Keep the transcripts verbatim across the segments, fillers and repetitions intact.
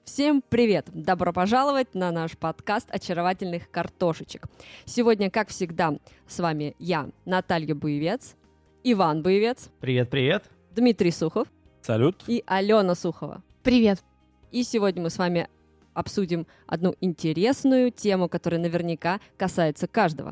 Всем привет! Добро пожаловать на наш подкаст «Очаровательных картошечек». Сегодня, как всегда, с вами я, Наталья Буевец, Иван Буевец. Привет-привет. Дмитрий Сухов. Салют. И Алена Сухова. Привет. И сегодня мы с вами обсудим одну интересную тему, которая наверняка касается каждого.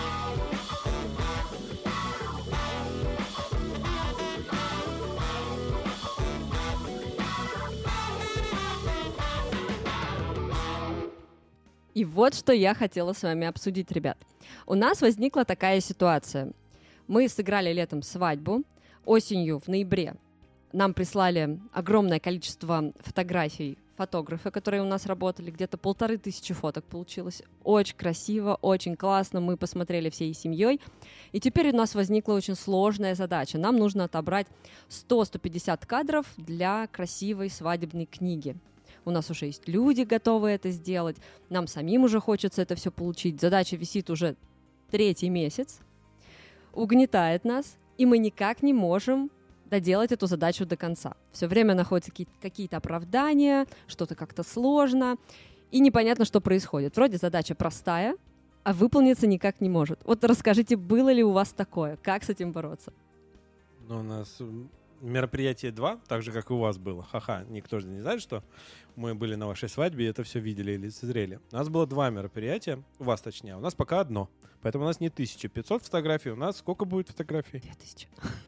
И вот что я хотела с вами обсудить, ребят. У нас возникла такая ситуация. Мы сыграли летом свадьбу, осенью, в ноябре, нам прислали огромное количество фотографий фотографа, которые у нас работали, где-то полторы тысячи фоток получилось. Очень красиво, очень классно, мы посмотрели всей семьей. И теперь у нас возникла очень сложная задача. Нам нужно отобрать сто - сто пятьдесят кадров для красивой свадебной книги. У нас уже есть люди, готовые это сделать. Нам самим уже хочется это все получить. Задача висит уже третий месяц, угнетает нас, и мы никак не можем доделать эту задачу до конца. Все время находятся какие-то оправдания, что-то как-то сложно, и непонятно, что происходит. Вроде задача простая, а выполниться никак не может. Вот расскажите, было ли у вас такое? Как с этим бороться? Ну, у нас мероприятие два, так же, как и у вас было. Ха-ха, никто же не знает, что мы были на вашей свадьбе и это все видели и лицезрели. У нас было два мероприятия, у вас точнее, у нас пока одно. Поэтому у нас не тысяча пятьсот фотографий, у нас сколько будет фотографий? две тысячи.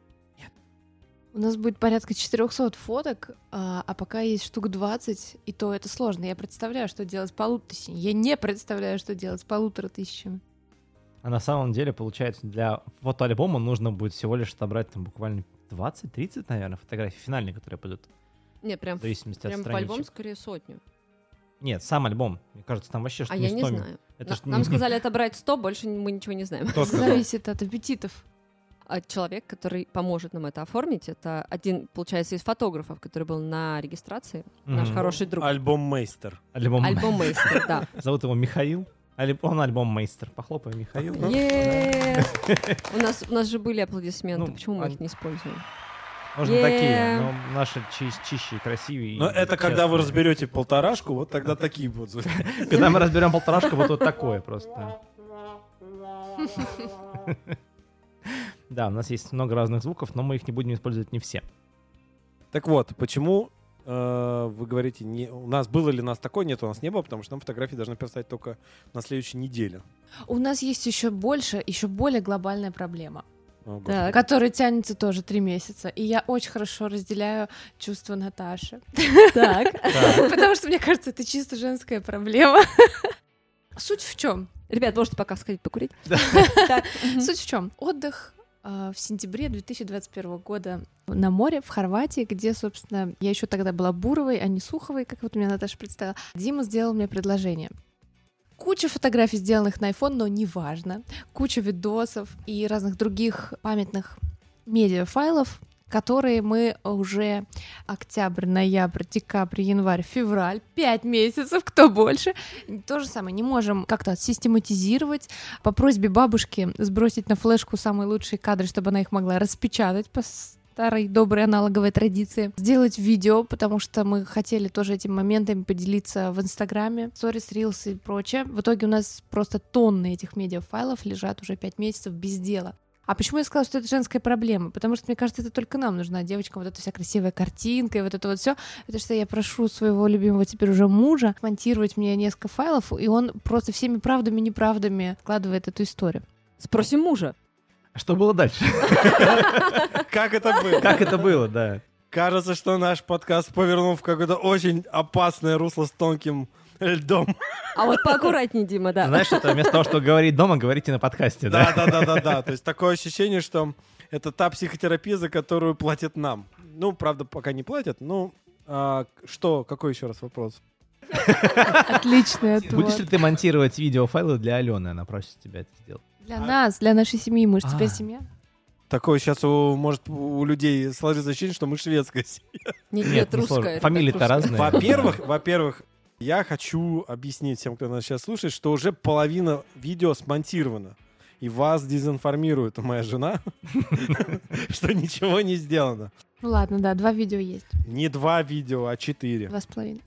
У нас будет порядка четыреста фоток, а, а пока есть штук двадцать, и то это сложно. Я представляю, что делать с полутора тысячами. Я не представляю, что делать с полутора тысячами. А на самом деле, получается, для фотоальбома нужно будет всего лишь отобрать там буквально двадцать-тридцать, наверное, фотографий финальные, которые пойдут. Нет, прям, в зависимости прям от по страничек. альбому скорее сотню. Нет, сам альбом. Мне кажется, там вообще что-то А не я не сто. знаю. Это На- ж Нам не- сказали отобрать сто, больше мы ничего не знаем. Кто сказал? Зависит от аппетитов. А человек, который поможет нам это оформить, это один, получается, из фотографов, который был на регистрации, наш Мгм. хороший друг. Альбом-мейстер. Альбом. Альбом-мейстер, да. Зовут его Михаил. Альб- Он альбом-мейстер. Похлопаем, Михаил. Е-е-е. У нас у нас же были аплодисменты, Ну, почему мы а- их не используем? Можно Е-е-е. такие, но наши чи- чище и красивее. Но и это когда вы честные. разберете полторашку, вот тогда такие будут звуки. Когда мы разберем полторашку, вот вот такое просто. Да, у нас есть много разных звуков, но мы их не будем использовать не все. Так вот, почему э, вы говорите, не, у нас было ли у нас такое? Нет, у нас не было, потому что нам фотографии должны представить только на следующей неделе. У нас есть еще больше, еще более глобальная проблема, О, Господи. Так. которая тянется тоже три месяца. И я очень хорошо разделяю чувства Наташи. Так. Так. Потому что, мне кажется, это чисто женская проблема. Суть в чем? Ребят, можете пока сходить покурить? Да. Так. Суть в чем? Отдых э, в сентябре две тысячи двадцать первого года на море в Хорватии, где, собственно, я еще тогда была Буровой, а не Суховой, как вот меня Наташа представила. Дима сделал мне предложение. Куча фотографий, сделанных на iPhone, но неважно. Куча видосов и разных других памятных медиафайлов, которые мы уже октябрь, ноябрь, декабрь, январь, февраль, пять месяцев, кто больше, то же самое, не можем как-то систематизировать, по просьбе бабушки сбросить на флешку самые лучшие кадры, чтобы она их могла распечатать по старой доброй аналоговой традиции, сделать видео, потому что мы хотели тоже этими моментами поделиться в Инстаграме, сторис, рилс и прочее. В итоге у нас просто тонны этих медиафайлов лежат уже пять месяцев без дела. А почему я сказала, что это женская проблема? Потому что, мне кажется, это только нам нужна, девочкам, вот эта вся красивая картинка и вот это вот все. Потому что я прошу своего любимого теперь уже мужа монтировать мне несколько файлов, и он просто всеми правдами и неправдами вкладывает эту историю. Спросим мужа. А что было дальше? Как это было? Как это было, да. Кажется, что наш подкаст повернул в какое-то очень опасное русло с тонким льдом. А вот поаккуратнее, Дима, да. Знаешь, это вместо того, что говорить дома, говорите на подкасте, Да, да? да, да, да, да. То есть такое ощущение, что это та психотерапия, за которую платят нам. Ну, правда, пока не платят. Ну, а, что? Какой еще раз вопрос? Отличный ответ. Будешь ли ты монтировать видеофайлы для Алены? Она просит тебя это сделать. Для нас, для нашей семьи. Мы же теперь А. семья. Такое сейчас у, может у людей сложится ощущение, что мы шведская семья. Нет, Нет, нет, не сложно. русская. ребят, Фамилии-то русская. разные. Во-первых, во-первых, я хочу объяснить всем, кто нас сейчас слушает, что уже половина видео смонтирована. И вас дезинформирует моя жена, что ничего не сделано. Ну ладно, да, два видео есть. Не два видео, а четыре. Два с половиной.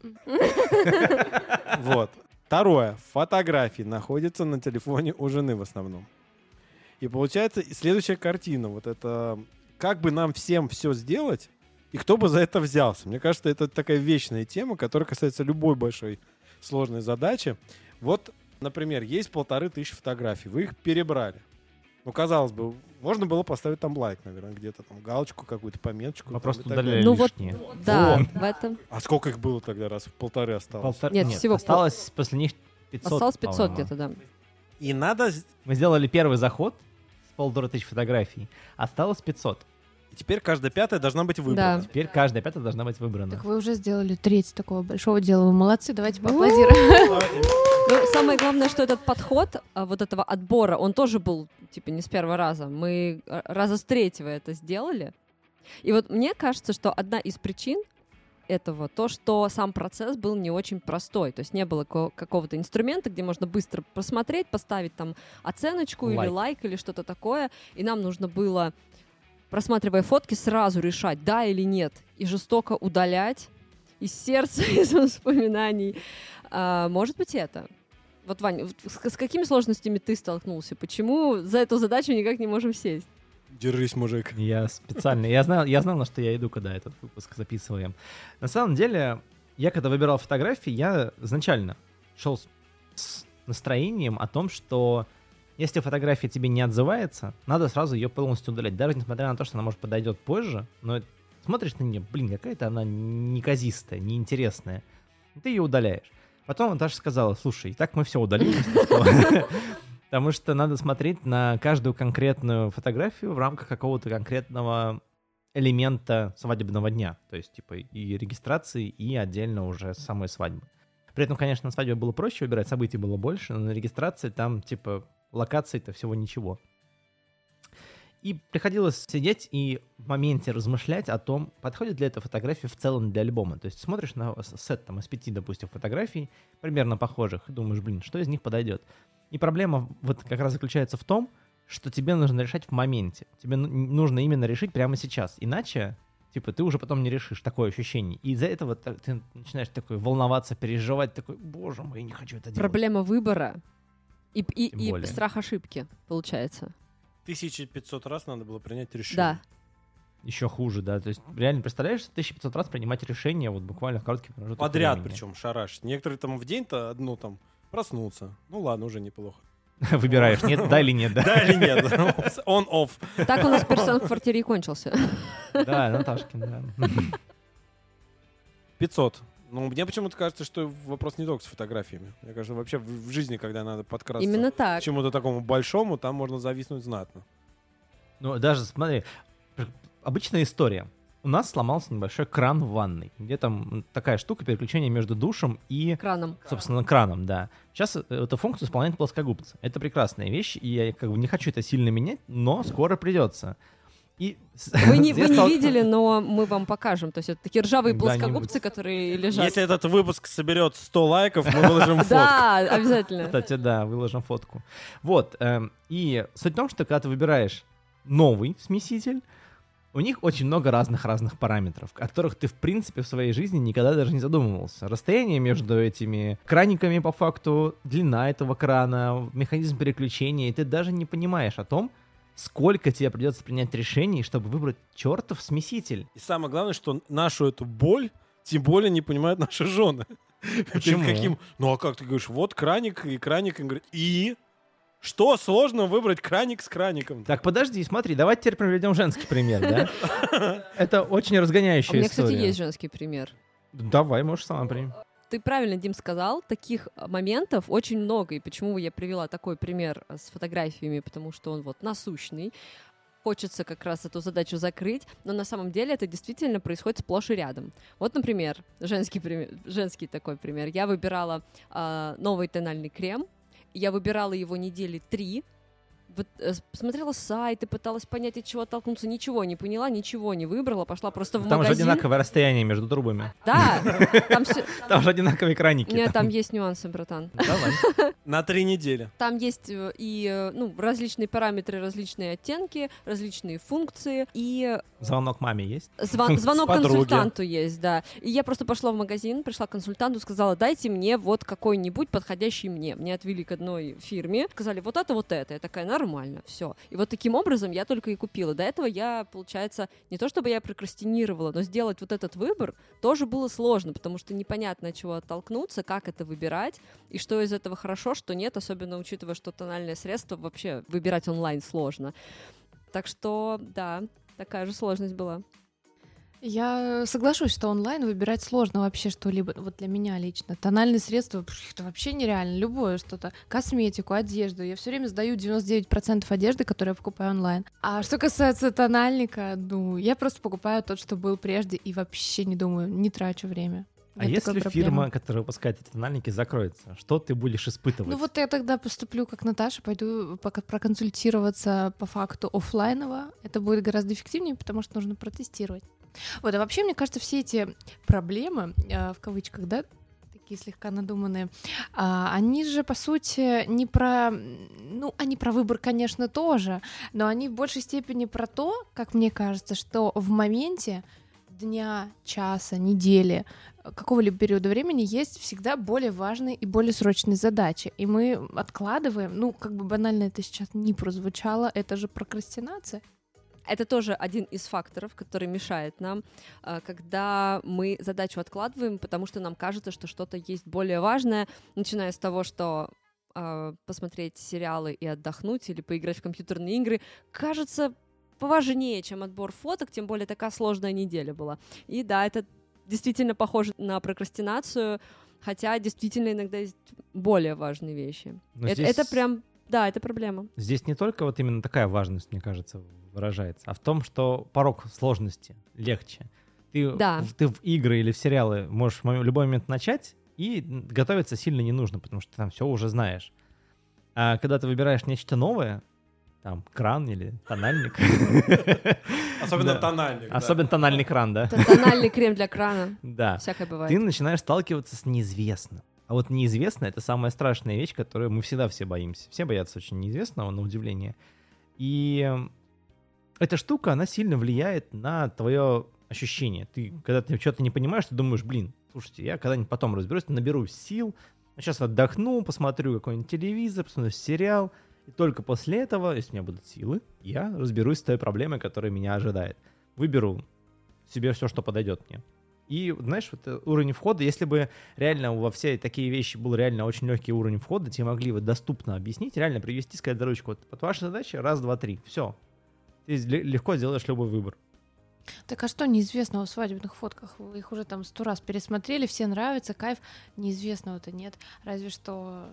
Вот. Второе. Фотографии находятся на телефоне у жены в основном. И получается и следующая картина. Вот это как бы нам всем все сделать, и кто бы за это взялся. Мне кажется, это такая вечная тема, которая касается любой большой сложной задачи. Вот, например, есть полторы тысячи фотографий. Вы их перебрали. Ну, казалось бы, можно было поставить там лайк, наверное, где-то там галочку какую-то, пометочку. Мы там просто и так далее. удаляли Ну вот, лишнее. да, Вот. в этом А сколько их было тогда раз? Полторы осталось. Полтора- Нет, Нет, всего осталось после них пятьсот. осталось пятьсот по-моему. где-то, да. И надо... с- Мы сделали первый заход с полутора тысяч фотографий. Осталось пятьсот. И теперь каждая пятая должна быть выбрана. Теперь каждая пятая должна быть выбрана. Так вы уже сделали треть такого большого дела. Вы молодцы, давайте поаплодируем. Ну, самое главное, что этот подход а, вот этого отбора, он тоже был, типа, не с первого раза. Мы а, раза с третьего это сделали. И вот мне кажется, что одна из причин этого то, что сам процесс был не очень простой. То есть не было ко- какого-то инструмента, где можно быстро посмотреть, поставить там оценочку или Лайк. лайк или что-то такое. И нам нужно было, просматривая фотки, сразу решать, да или нет. И жестоко удалять из сердца, из воспоминаний. А, может быть, это. Вот, Вань, вот с, с какими сложностями ты столкнулся? Почему за эту задачу никак не можем сесть? Держись, мужик. Я специально, я знал, я знал, на что я иду, когда этот выпуск записываем. На самом деле, я когда выбирал фотографии, я изначально шел с, с настроением о том, что если фотография тебе не отзывается, надо сразу ее полностью удалять. Даже несмотря на то, что она, может, подойдет позже, но смотришь на нее, блин, какая-то она неказистая, неинтересная. Ты ее удаляешь. Потом Наташа сказала, слушай, и так мы все удалили. Потому что надо смотреть на каждую конкретную фотографию в рамках какого-то конкретного элемента свадебного дня. То есть, типа, и регистрации, и отдельно уже самой свадьбы. При этом, конечно, на свадьбе было проще выбирать, событий было больше, но на регистрации там, типа, локаций-то всего ничего. И приходилось сидеть и в моменте размышлять о том, подходит ли эта фотография в целом для альбома. То есть смотришь на сет там, из пяти, допустим, фотографий, примерно похожих, и думаешь, блин, что из них подойдет. И проблема вот как раз заключается в том, что тебе нужно решать в моменте. Тебе ну- нужно именно решить прямо сейчас. Иначе, типа, ты уже потом не решишь, такое ощущение. И из-за этого та- ты начинаешь такой волноваться, переживать, такой, боже мой, я не хочу это делать. Проблема выбора и, и, Тем и более. страх ошибки, получается. тысяча пятьсот раз надо было принять решение. Да. Еще хуже, да. То есть реально представляешь, тысяча пятьсот раз принимать решения вот буквально в короткий промежуток Подряд времени. причем шарашить. Некоторые там в день-то одну там проснуться. Ну ладно, уже неплохо. Выбираешь, нет, да или нет, да. Да или нет? On-off. Так у нас персон в квартире и кончился. Да, Наташкин, да. пятьсот. Ну, мне почему-то кажется, что вопрос не только с фотографиями. Мне кажется, вообще в в жизни, когда надо подкрасться Именно к так. чему-то такому большому, там можно зависнуть знатно. Ну, даже, смотри, пр- обычная история. У нас сломался небольшой кран в ванной, где там такая штука переключения между душем и, Краном. собственно, краном, да. Сейчас э, эту функцию исполняет плоскогубцы. Это прекрасная вещь, и я как бы не хочу это сильно менять, но скоро придется. И с- Вы не, вы я не стал- видели, но мы вам покажем. То есть это такие ржавые Когда-нибудь. плоскогубцы, которые лежат. Если этот выпуск соберет сто лайков, мы выложим фотку. Да, обязательно. Кстати, да, выложим фотку. Вот, эм, и суть в том, что когда ты выбираешь новый смеситель, у них очень много разных-разных параметров, о которых ты, в принципе, в своей жизни никогда даже не задумывался. Расстояние между этими краниками, по факту, длина этого крана, механизм переключения, и ты даже не понимаешь о том, сколько тебе придется принять решений, чтобы выбрать чертов смеситель. И самое главное, что нашу эту боль тем более не понимают наши жены. Почему? Перед каким... Ну а как ты говоришь, вот краник и краник, и говорит, и что сложно выбрать краник с краником? Так, подожди, смотри, давайте теперь приведем женский пример, да? Это очень У разгоняющая меня, история. кстати, есть женский пример. Давай, можешь сама принять. Ты правильно, Дим, сказал, таких а, моментов очень много. И почему я привела такой пример а, с фотографиями? Потому что он вот насущный. Хочется как раз эту задачу закрыть, но на самом деле это действительно происходит сплошь и рядом. Вот, например, женский, пример, женский такой пример. Я выбирала а, новый тональный крем. Я выбирала его недели три. Вот, э, смотрела сайты, пыталась понять, от чего оттолкнуться. Ничего не поняла, ничего не выбрала. Пошла просто в Там же магазин. одинаковое расстояние между трубами. Да, там все... Там же одинаковые краники. Нет, там есть нюансы, братан. Давай. На три недели. Там есть э, и э, ну, различные параметры, различные оттенки, различные функции. И Звонок маме есть? Звон, звонок Подруги. консультанту есть, да. И я просто пошла в магазин, пришла к консультанту, сказала, дайте мне вот какой-нибудь подходящий мне. Мне отвели к одной фирме, сказали, вот это, вот это. Я такая, нормально, все. И вот таким образом я только и купила. До этого я, получается, не то чтобы я прокрастинировала, но сделать вот этот выбор тоже было сложно, потому что непонятно, от чего оттолкнуться, как это выбирать, и что из этого хорошо, что нет, особенно учитывая, что тональное средство вообще выбирать онлайн сложно. Так что, да, такая же сложность была. Я соглашусь, что онлайн выбирать сложно вообще что-либо. Вот для меня лично. Тональные средства, пф, это вообще нереально. Любое что-то. Косметику, одежду. Я все время сдаю девяносто девять процентов одежды, которую я покупаю онлайн. А что касается тональника, ну, я просто покупаю тот, что был прежде, и вообще не думаю, не трачу время. А Нет если такой проблемы. фирма, которая выпускает эти тональники, закроется, что ты будешь испытывать? Ну вот я тогда поступлю как Наташа, пойду пока проконсультироваться по факту оффлайново. Это будет гораздо эффективнее, потому что нужно протестировать. Вот, а вообще, мне кажется, все эти проблемы, э, в кавычках, да, такие слегка надуманные, а, они же, по сути, не про... Ну, они про выбор, конечно, тоже, но они в большей степени про то, как мне кажется, что в моменте дня, часа, недели, какого-либо периода времени есть всегда более важные и более срочные задачи. И мы откладываем, ну, как бы банально это сейчас не прозвучало, это же прокрастинация. Это тоже один из факторов, который мешает нам, когда мы задачу откладываем, потому что нам кажется, что что-то есть более важное, начиная с того, что посмотреть сериалы и отдохнуть или поиграть в компьютерные игры кажется поважнее, чем отбор фоток, тем более такая сложная неделя была. И да, это действительно похоже на прокрастинацию, хотя действительно иногда есть более важные вещи. Это, здесь... это прям, да, это проблема. Здесь не только вот именно такая важность, мне кажется, выражается, а в том, что порог сложности легче. Ты, Да. в, ты в игры или в сериалы можешь в любой момент начать, и готовиться сильно не нужно, потому что ты там все уже знаешь. А когда ты выбираешь нечто новое, там, кран или тональник. Особенно Да. тональник. да. Особенно тональный кран, да? Это тональный крем для крана, Да. всякое бывает. Ты начинаешь сталкиваться с неизвестным. А вот неизвестное — это самая страшная вещь, которую мы всегда все боимся. Все боятся очень неизвестного, на удивление. И эта штука, она сильно влияет на твое ощущение. Ты, когда ты что-то не понимаешь, ты думаешь, блин, слушайте, я когда-нибудь потом разберусь, наберу сил, сейчас отдохну, посмотрю какой-нибудь телевизор, посмотрю сериал, и только после этого, если у меня будут силы, я разберусь с той проблемой, которая меня ожидает. Выберу себе все, что подойдет мне. И, знаешь, вот уровень входа, если бы реально во все такие вещи был реально очень легкий уровень входа, тебе могли вот доступно объяснить, реально привести, сказать, дорожку, вот, вот ваша задача, раз, два, три, все. Ты легко сделаешь любой выбор. Так а что неизвестного в свадебных фотках? Вы их уже там сто раз пересмотрели, все нравится, кайф. Неизвестного-то нет. Разве что...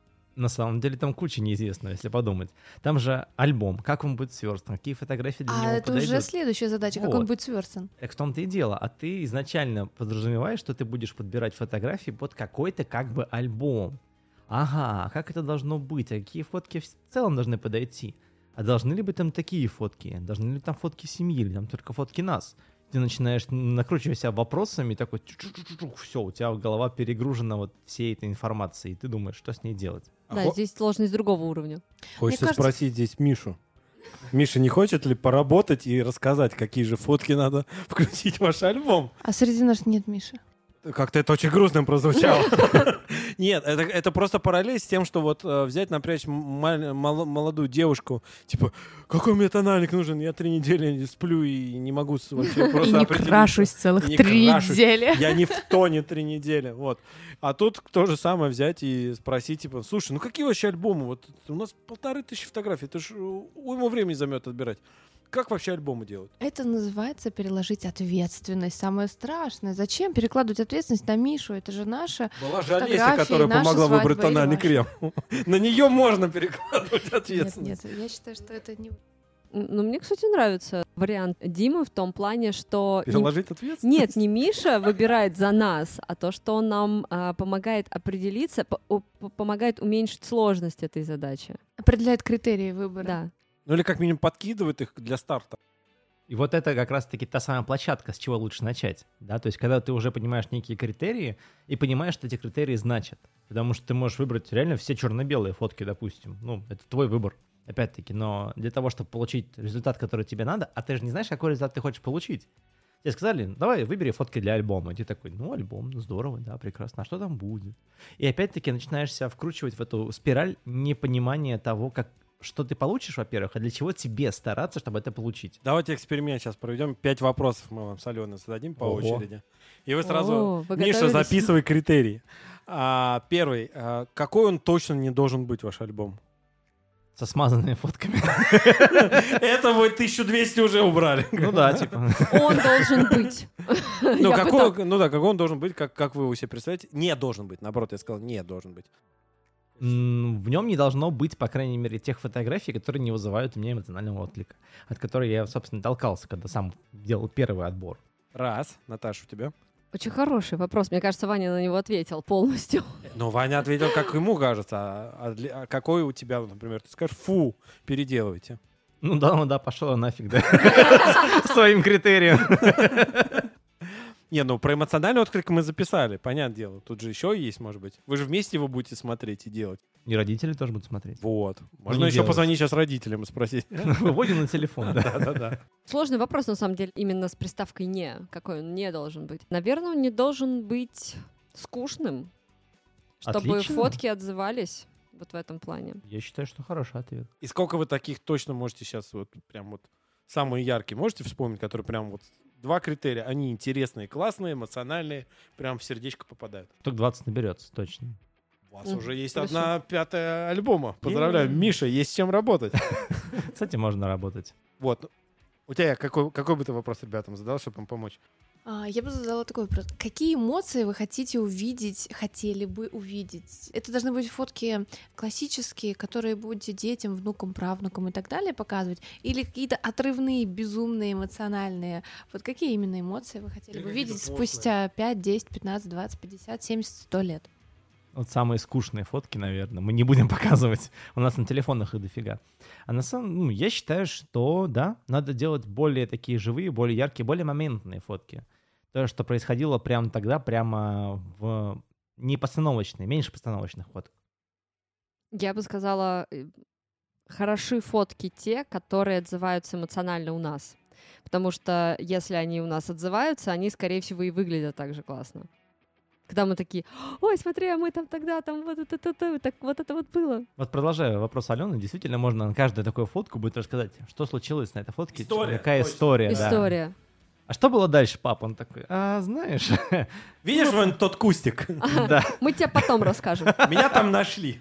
На самом деле там куча неизвестного, если подумать. Там же альбом, как он будет сверстан, какие фотографии для А него это подойдут. уже следующая задача, как Вот. он будет сверстан. Так в том-то и дело. А ты изначально подразумеваешь, что ты будешь подбирать фотографии под какой-то как бы альбом. Ага, как это должно быть? А какие фотки в целом должны подойти? А должны ли быть там такие фотки? Должны ли там фотки семьи? Или там только фотки нас? Ты начинаешь накручивать себя вопросами, и такой, все, у тебя голова перегружена вот всей этой информацией, и ты думаешь, что с ней делать. А Да, хо- здесь сложность другого уровня. Хочется кажется- спросить здесь Мишу. Миша не хочет ли поработать и рассказать, какие же фотки надо включить в ваш альбом? А среди нас нет Миши. Как-то это очень грустно прозвучало. Нет, это, это просто параллель с тем, что вот э, взять, напрячь маль- мало- молодую девушку, типа, какой мне тональник нужен, я три недели сплю и не могу с- вообще И просто не определиться. крашусь целых И не три крашусь. недели. Я не в тоне три недели, вот. А тут то же самое взять и спросить, типа, слушай, ну какие вообще альбомы? Вот у нас полторы тысячи фотографий, это ж уйму времени займет отбирать. Как вообще альбомы делают? Это называется переложить ответственность. Самое страшное. Зачем перекладывать ответственность на Мишу? Это же наша... Была же Олеся, Фотографии, которая наша помогла свадьба выбрать или тональный ваша? крем. На нее можно перекладывать Нет, ответственность. нет, я считаю, что это не... М, Ну, мне, кстати, нравится вариант Димы в том плане, что... не- Переложить ответственность? Нет, не Миша выбирает за нас, а то, что он нам а, помогает определиться, по- о- по- помогает уменьшить сложность этой задачи. Определяет критерии выбора. Да. Ну или как минимум подкидывает их для старта. И вот это как раз-таки та самая площадка, с чего лучше начать. Да? То есть, когда ты уже понимаешь некие критерии и понимаешь, что эти критерии значат. Потому что ты можешь выбрать реально все черно-белые фотки, допустим. Ну, это твой выбор. Опять-таки, но для того, чтобы получить результат, который тебе надо, а ты же не знаешь, какой результат ты хочешь получить. Тебе сказали, давай выбери фотки для альбома. И ты такой, ну, альбом, ну, здорово, да, прекрасно. А что там будет? И опять-таки начинаешь себя вкручивать в эту спираль непонимания того, как, что ты получишь, во-первых, а для чего тебе стараться, чтобы это получить. Давайте эксперимент сейчас проведем. Пять вопросов мы вам с Аленой зададим по Ого. очереди. И вы сразу, О, вы Миша, готовились? записывай критерии. А, первый. А, какой он точно не должен быть, ваш альбом? Со смазанными фотками. Это вы тысячу двести уже убрали. Ну да, типа. Он должен быть. Ну, Я бы какой, так. ну да, какой он должен быть, как, как вы его себе представляете? Не должен быть. Наоборот, я сказал, не должен быть. М, В нем не должно быть, по крайней мере, тех фотографий, которые не вызывают у меня эмоционального отклика, от которой я, собственно, толкался, когда сам делал первый отбор. Раз. Наташа, у тебя? Очень хороший вопрос. Мне кажется, Ваня на него ответил полностью. Ну, Ваня ответил, как ему кажется. А, а для- а какой у тебя, например, ты скажешь, фу, переделывайте. Ну да, ну да, пошел нафиг, да. Своим критерием. Не, ну про эмоциональный отклик мы записали, понятное дело. Тут же еще есть, может быть. Вы же вместе его будете смотреть и делать. И родители тоже будут смотреть. Вот. Можно не еще делать. позвонить сейчас родителям и спросить. Выводим на телефон, да. Да-да-да. Сложный вопрос, на самом деле, именно с приставкой «не». Какой он не должен быть? Наверное, он не должен быть скучным, чтобы Отлично. фотки отзывались вот в этом плане. Я считаю, что хороший ответ. И сколько вы таких точно можете сейчас вот прям вот самые яркие можете вспомнить, которые прям вот два критерия. Они интересные, классные, эмоциональные, прям в сердечко попадают. Только двадцать наберется, точно. У вас Мгм. уже есть Хорошо. одна пятая альбома. Поздравляю, Е-е. Миша, есть с чем работать. Кстати, можно работать. Вот. У тебя какой, какой бы ты вопрос ребятам задал, чтобы им помочь? А, Я бы задала такой вопрос. Какие эмоции вы хотите увидеть, хотели бы увидеть? Это должны быть фотки классические, которые будете детям, внукам, правнукам и так далее показывать? Или какие-то отрывные, безумные, эмоциональные? Вот какие именно эмоции вы хотели Или бы какие-то увидеть пошлые. спустя пять, десять, пятнадцать, двадцать, пятьдесят, семьдесят, сто лет? Вот самые скучные фотки, наверное, мы не будем показывать. У нас на телефонах их дофига. А на самом ну, я считаю, что да, надо делать более такие живые, более яркие, более моментные фотки. То, что происходило прямо тогда, прямо в не постановочные, меньше постановочных фоток. Я бы сказала, э, хороши фотки те, которые отзываются эмоционально у нас. Потому что если они у нас отзываются, они, скорее всего, и выглядят так же классно. Когда мы такие, ой, смотри, а мы там тогда, там вот это, это, это, так вот это вот было. Вот продолжая вопрос Алены, действительно можно на каждую такую фотку будет рассказать, что случилось на этой фотке, История, какая точно. история. да. История. А что было дальше, папа? Он такой, а знаешь, Видишь вон тот кустик? да. Мы тебе потом расскажем. Меня там нашли.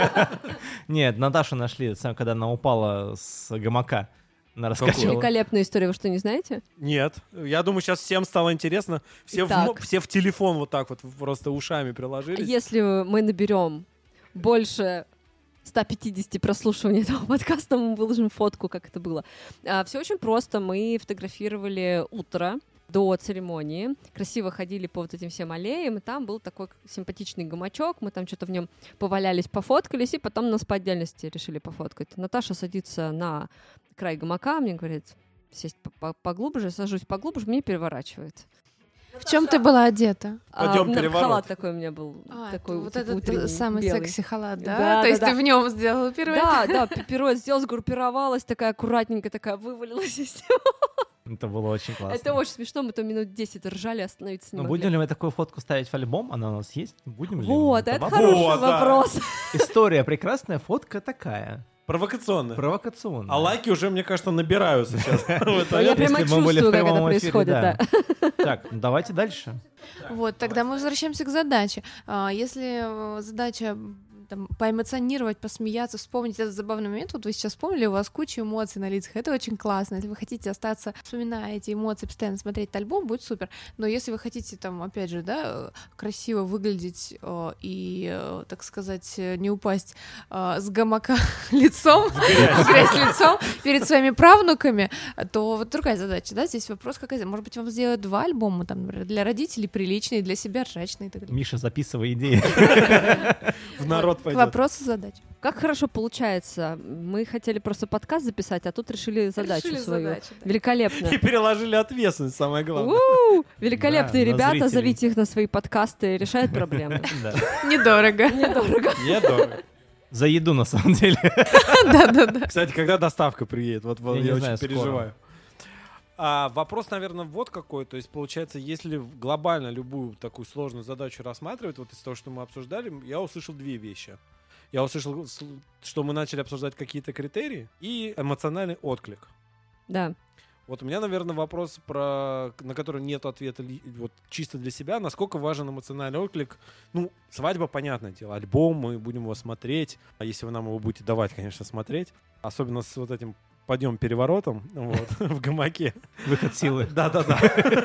Нет, Наташу нашли, сам, когда она упала с гамака. Она раскачивала. Великолепная история, вы что, не знаете? Нет. Я думаю, сейчас всем стало интересно. Все, в, Итак. мо- все в телефон вот так вот просто ушами приложились. Если мы наберем больше ста пятидесяти прослушиваний этого подкаста, мы выложим фотку, как это было. Все очень просто. Мы фотографировали утро до церемонии. Красиво ходили по вот этим всем аллеям, и там был такой симпатичный гамачок. Мы там что-то в нем повалялись, пофоткались, и потом нас по отдельности решили пофоткать. Наташа садится на край гамака, мне говорит, сесть по- поглубже, сажусь поглубже, мне переворачивает. В чем ты была одета? Пойдем на- переворот. Халат такой у меня был. А, такой это вот типа этот утренний, самый белый. секси-халат, да? Да, То да, есть да. ты в нем сделала первое? Да, да, пи- пируэт сделал, сгруппировалась, такая аккуратненькая, такая вывалилась из всего. Это было очень классно. Это очень смешно, мы там минут десять ржали, остановиться не Ну, могли. будем ли мы такую фотку ставить в альбом? Она у нас есть? Будем ли? Вот, это вопрос. хороший Вот, да. вопрос. История прекрасная, фотка такая, Провокационно. провокационная. А лайки уже, мне кажется, набираются сейчас. А я прямо Если бы мы были в чувствую, как это прямом эфире, происходит, да. да. Так, ну, давайте дальше. Вот, тогда мы возвращаемся к задаче. А, Если э, задача там, поэмоционировать, посмеяться, вспомнить этот забавный момент, вот вы сейчас вспомнили, у вас куча эмоций на лицах, это очень классно. Если вы хотите остаться, вспоминая эти эмоции, постоянно смотреть этот альбом, будет супер. Но если вы хотите, там, опять же, да, красиво выглядеть э, и, э, так сказать, э, не упасть э, с гамака лицом, в грязь лицом перед своими правнуками, то вот другая задача, да, здесь вопрос какая, может быть, вам сделать два альбома, там, например, для родителей приличные, для себя ржачные и так далее. Миша, записывай идеи. В народ К пойдет. вопросу задач. Как хорошо получается. Мы хотели просто подкаст записать, а тут решили задачу Решили свою. задачу, да. Великолепно. И переложили ответственность, самое главное. У, Великолепные Да, на ребята, зрителей. зовите их на свои подкасты, решают проблемы. Да. Недорого. Недорого. Недорого. За еду, на самом деле. Да-да-да. Кстати, когда доставка приедет? Вот, вот Я я, не очень знаю, скоро. переживаю. А, вопрос, наверное, вот какой. То есть, получается, если глобально любую такую сложную задачу рассматривать, вот из того, что мы обсуждали, я услышал две вещи. Я услышал, с- что мы начали обсуждать какие-то критерии и эмоциональный отклик. Да. Вот у меня, наверное, вопрос, про, на который нет ответа ли- вот, чисто для себя. Насколько важен эмоциональный отклик? Ну, свадьба, понятное дело. Альбом, мы будем его смотреть. А если вы нам его будете давать, конечно, смотреть. Особенно с вот этим подъем-переворотом вот, в гамаке. Выход силы. Да-да-да.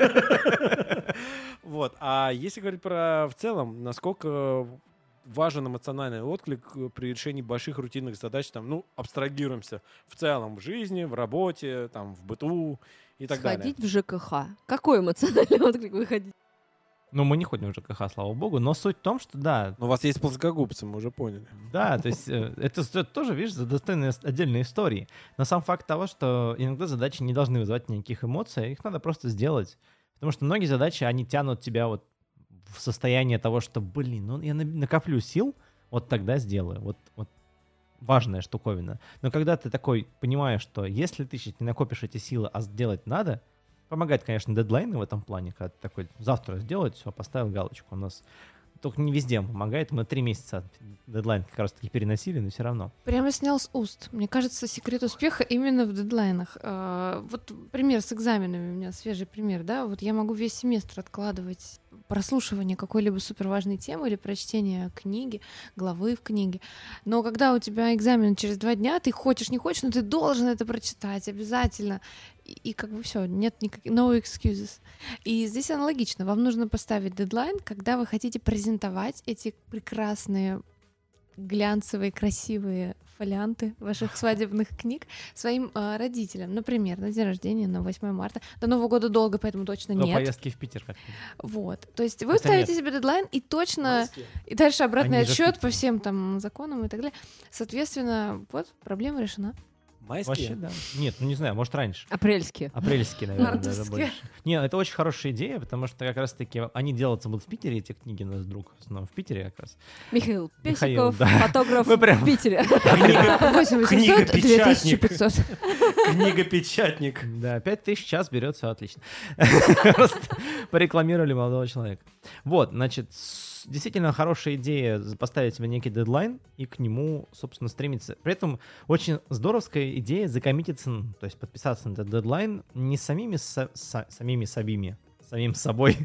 Вот. А если говорить про в целом, насколько важен эмоциональный отклик при решении больших рутинных задач, там, ну, абстрагируемся в целом в жизни, в работе, там, в быту и так далее. Сходить в ЖКХ. Какой эмоциональный отклик вы хотите? Ну, мы не ходим в ЖКХ, слава богу, но суть в том, что да, Но у вас есть плоскогубцы, мы уже поняли. да, то есть э, это с- это тоже, видишь, достойные с- отдельные истории. Но сам факт того, что иногда задачи не должны вызывать никаких эмоций, их надо просто сделать. Потому что многие задачи, они тянут тебя вот в состояние того, что, блин, ну я на- накоплю сил, вот тогда сделаю. Вот, вот важная штуковина. Но когда ты такой понимаешь, что если ты сейчас не накопишь эти силы, а сделать надо, помогает, конечно, дедлайны в этом плане, когда ты такой, завтра сделать, все, поставил галочку. У нас только не везде помогает. Мы три месяца дедлайн как раз таки переносили, но все равно. Прямо снял с уст. Мне кажется, секрет успеха именно в дедлайнах. А, Вот пример с экзаменами у меня, свежий пример, да, вот я могу весь семестр откладывать прослушивание какой-либо суперважной темы или прочтение книги, главы в книге. Но когда у тебя экзамен через два дня, ты хочешь, не хочешь, но ты должен это прочитать обязательно. И, и как бы все, нет никаких no excuses. И здесь аналогично. Вам нужно поставить дедлайн, когда вы хотите презентовать эти прекрасные глянцевые, красивые фолианты ваших свадебных книг своим э, родителям, например, на день рождения, на восьмое марта. До Нового года долго, поэтому точно До нет. поездки в Питер как Вот. То есть вы Хотя ставите нет. себе дедлайн и точно, и дальше обратный Они же в отсчет по Питере. всем там законам и так далее. Соответственно, вот проблема решена. Вообще, Майские? да. Нет, ну не знаю, может раньше. Апрельские. Апрельские, наверное, даже Мартовские. больше. Не, это очень хорошая идея, потому что как раз-таки они делаться будут в Питере, эти книги у нас друг, в основном в Питере как раз. Михаил Михаил, Песиков, да. фотограф Вы прям- в Питере. восемь восемьсот, две тысячи пятьсот. Книга-печатник. Да, пять тысяч в час берет, все отлично. Просто порекламировали молодого человека. Вот, значит, с- действительно хорошая идея поставить себе некий дедлайн и к нему, собственно, стремиться. При этом очень здоровская идея закоммититься, ну, то есть подписаться на этот дедлайн не с самими, со- со- самими собими, самим собой,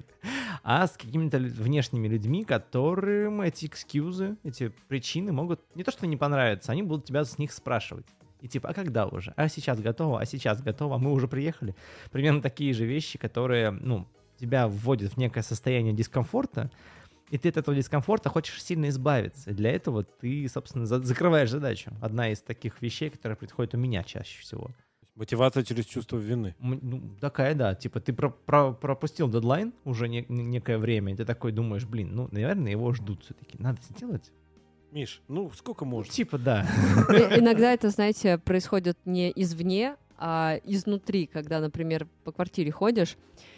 а с какими-то лю- внешними людьми, которым эти экскьюзы, эти причины могут не то что не понравиться, они будут тебя с них спрашивать. И типа, а когда уже? А сейчас готово? А сейчас готово? Мы уже приехали? Примерно такие же вещи, которые, ну, тебя вводят в некое состояние дискомфорта, и ты от этого дискомфорта хочешь сильно избавиться. И для этого ты, собственно, за- закрываешь задачу. Одна из таких вещей, которая происходит у меня чаще всего. Мотивация через чувство вины. М, Ну, такая, да. Типа ты про- про- пропустил дедлайн уже не- не- некое время, и ты такой думаешь, блин, ну, наверное, его ждут все-таки. Надо сделать. Миш, ну сколько Ну, можно? типа, да. И- Иногда это, знаете, происходит не извне, а изнутри, когда, например, по квартире ходишь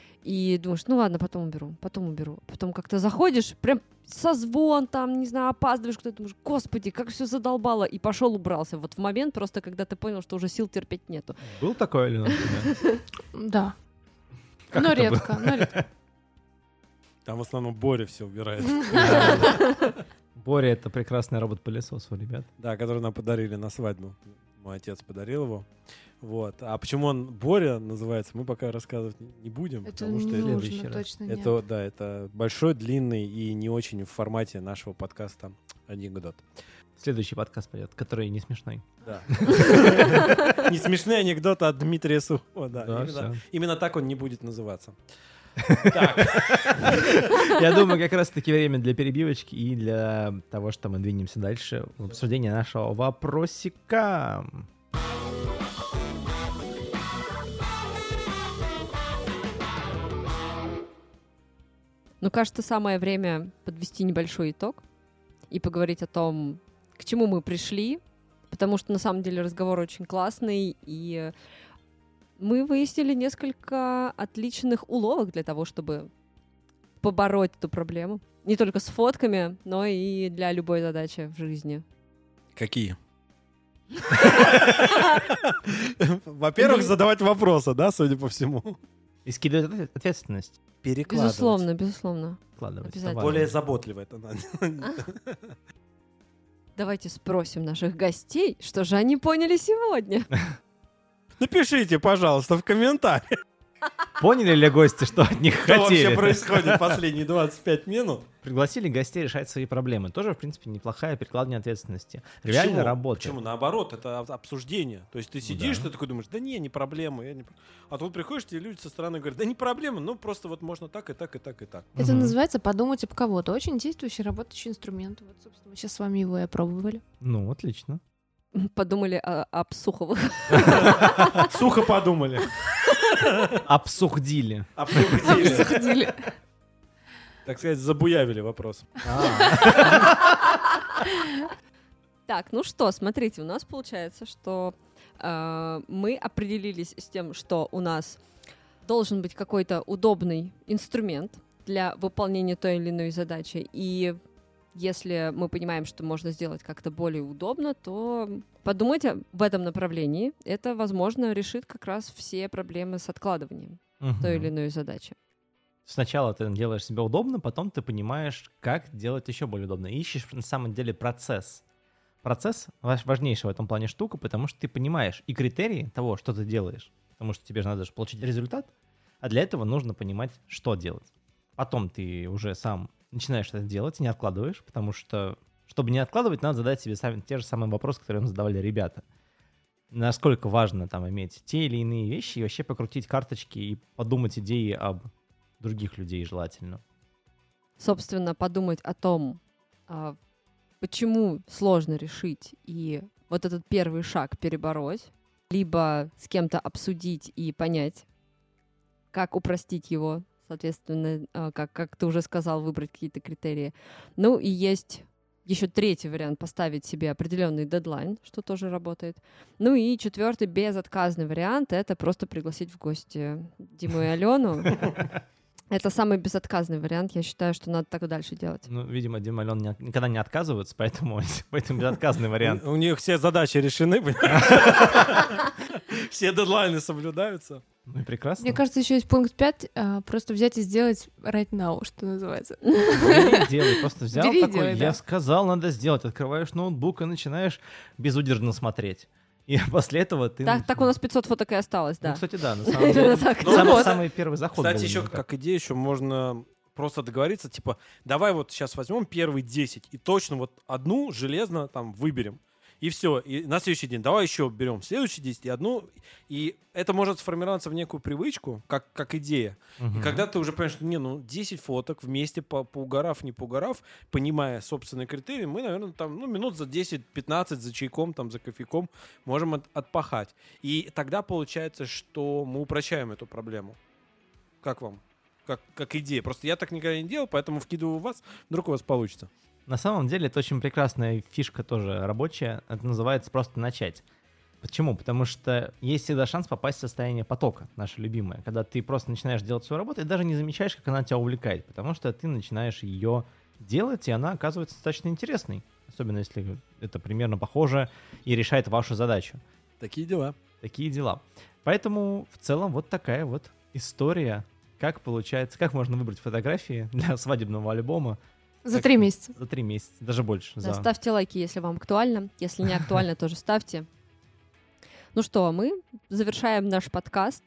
и думаешь, ну ладно, потом уберу, потом уберу. Потом как-то заходишь, прям созвон, там, не знаю, опаздываешь, кто-то думаешь, господи, как все задолбало, и пошел убрался. Вот в момент просто, когда ты понял, что уже сил терпеть нету. Был такой, Алена, у тебя? Да. Как но это было? редко, но редко. Там в основном Боря все убирает. Боря — это прекрасный робот-пылесос у ребят. Да, который нам подарили на свадьбу. Мой отец подарил его. Вот. А почему он Боря называется, мы пока рассказывать не будем. Это потому не что следующий нужно, раз. точно нет. это, да, это большой, длинный и не очень в формате нашего подкаста анекдот. Следующий подкаст пойдет, который не смешной. Да. Не смешные анекдоты от Дмитрия Сухова. Да, Да, именно- всё. именно так он не будет называться. Я думаю, как раз-таки время для перебивочки и для того, что мы двинемся дальше в обсуждение нашего вопросика. Ну, кажется, самое время подвести небольшой итог и поговорить о том, к чему мы пришли, потому что на самом деле разговор очень классный, и мы выяснили несколько отличных уловок для того, чтобы побороть эту проблему. Не только с фотками, но и для любой задачи в жизни. Какие? Во-первых, задавать вопросы, да, судя по всему. И скидывает ответ- ответственность. Перекладывать. Безусловно, безусловно. Вкладывать. Обязательно. Это важно. Более заботливо это надо. Давайте спросим наших гостей, что же они поняли сегодня. Напишите, пожалуйста, в комментариях, Поняли ли гости, что от них что вообще хотели? происходит последние двадцать пять минут. Пригласили гостей решать свои проблемы. Тоже, в принципе, неплохая перекладывание ответственности. Реально Почему? работает. Почему? Наоборот, это об- обсуждение. То есть ты сидишь, Да. ты такой думаешь, да не, не проблема. Я не... пр-». А тут приходишь, тебе люди со стороны говорят, да не проблема, ну просто вот можно так и так, и так, и так. Это Мгм. называется подумать об кого-то. Очень действующий, работающий инструмент. Вот, собственно, мы сейчас с вами его и опробовали. Ну, отлично. Подумали о, об Суховых. Сухо подумали. Обсухдили. Обсудили. Заходили. Так сказать, забуявили вопрос. Так, ну что, смотрите, у нас получается, что э, мы определились с тем, что у нас должен быть какой-то удобный инструмент для выполнения той или иной задачи. И если мы понимаем, что можно сделать как-то более удобно, то подумайте в этом направлении. Это, возможно, решит как раз все проблемы с откладыванием Мгм. той или иной задачи. Сначала ты делаешь себе удобно, потом ты понимаешь, как делать еще более удобно. И ищешь на самом деле процесс. Процесс важ- важнейшая в этом плане штука, потому что ты понимаешь и критерии того, что ты делаешь, потому что тебе же надо же получить результат, а для этого нужно понимать, что делать. Потом ты уже сам начинаешь это делать и не откладываешь, потому что, чтобы не откладывать, надо задать себе сами, те же самые вопросы, которые нам задавали ребята. Насколько важно там иметь те или иные вещи и вообще покрутить карточки и подумать идеи об других людей желательно. Собственно, подумать о том, а, почему сложно решить и вот этот первый шаг перебороть, либо с кем-то обсудить и понять, как упростить его, соответственно, а, как, как ты уже сказал, выбрать какие-то критерии. Ну и есть еще третий вариант — поставить себе определенный дедлайн, что тоже работает. Ну и четвертый безотказный вариант — это просто пригласить в гости Диму и Алену. Это самый безотказный вариант. Я считаю, что надо так и дальше делать. Ну, видимо, Дима и Алена не от- никогда не отказываются, поэтому, поэтому безотказный вариант. У, у них все задачи решены, понимаешь? Все дедлайны соблюдаются. Ну и прекрасно. Мне кажется, еще есть пункт пять. а, Просто взять и сделать right now, что называется. Бери и делай. Просто взял Бери и такой, делай, я да. сказал, надо сделать. Открываешь ноутбук и начинаешь безудержно смотреть. И после этого ты... Так, так у нас пятьсот фоток и осталось, Ну, да. кстати, да, на самом Именно деле. так. Ну Самый, вот. самый первый заход Кстати, был еще именно так. как идея, еще можно просто договориться, типа, давай вот сейчас возьмем первые десять и точно вот одну железно там выберем. И все. И на следующий день давай еще берем следующие десять и одну. И это может сформироваться в некую привычку, как, как идея. Мгм. И когда ты уже понимаешь, что не, ну десять фоток вместе, по, поугарав, не поугарав, понимая собственные критерии, мы, наверное, там, ну, минут за десять-пятнадцать за чайком, там, за кофейком можем от- отпахать. И тогда получается, что мы упрощаем эту проблему. Как вам? Как, как идея. Просто я так никогда не делал, поэтому вкидываю в вас, вдруг у вас получится. На самом деле это очень прекрасная фишка тоже рабочая. Это называется просто начать. Почему? Потому что есть всегда шанс попасть в состояние потока, наше любимое, когда ты просто начинаешь делать свою работу и даже не замечаешь, как она тебя увлекает, потому что ты начинаешь ее делать, и она оказывается достаточно интересной, особенно если это примерно похоже и решает вашу задачу. Такие дела. Такие дела. Поэтому в целом вот такая вот история, как получается, как можно выбрать фотографии для свадебного альбома За Так. три месяца. за три месяца, даже больше. Да, за- ставьте лайки, если вам актуально. Если не актуально, тоже ставьте. Ну что, мы завершаем наш подкаст,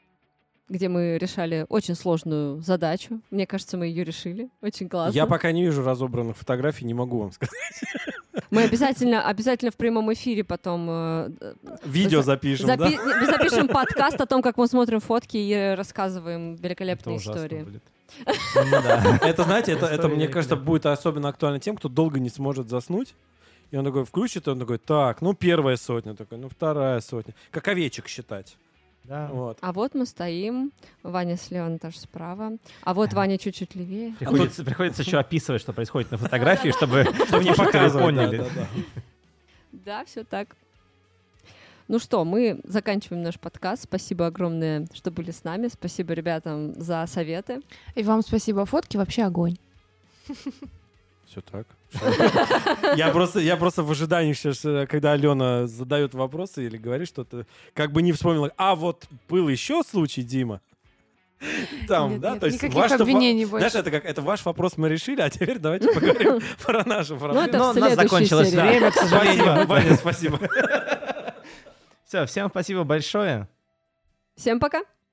где мы решали очень сложную задачу. Мне кажется, мы ее решили. Очень классно. Я пока не вижу разобранных фотографий, не могу вам сказать. Мы обязательно, обязательно в прямом эфире потом э, Видео За- запишем, запи- да? не, запишем подкаст о том, как мы смотрим фотки и рассказываем Это великолепные ужасно истории. будет. Ну да. Это, знаете, это, это, История мне кажется, великолепна. будет особенно актуально тем, кто долго не сможет заснуть. И он такой включит, и он такой, так, ну первая сотня, такой, ну вторая сотня. Как овечек считать. Да. Вот. А вот мы стоим, Ваня слева, Наташа справа, а вот Ваня чуть-чуть левее. Приходится, приходится еще описывать, что происходит на фотографии, чтобы, чтобы Чтобы не не показывать, показывать, да, поняли. да, да. Да, все так. Ну что, мы заканчиваем наш подкаст. Спасибо огромное, что были с нами. Спасибо ребятам за советы. И вам спасибо, фотки вообще огонь. Все так. Я просто, я просто в ожидании сейчас, когда Алена задает вопросы или говорит что-то, как бы не вспомнила. А вот был еще случай, Дима. Там, Нет, да, нет, то есть никаких ваш, обвинений во- больше. знаешь, это как это ваш вопрос мы решили, а теперь давайте поговорим про нашу проблему. это Но в у нас следующей закончилось серии. время, к Спасибо, сожалению. Ваня, спасибо. Все, всем спасибо большое. Всем пока.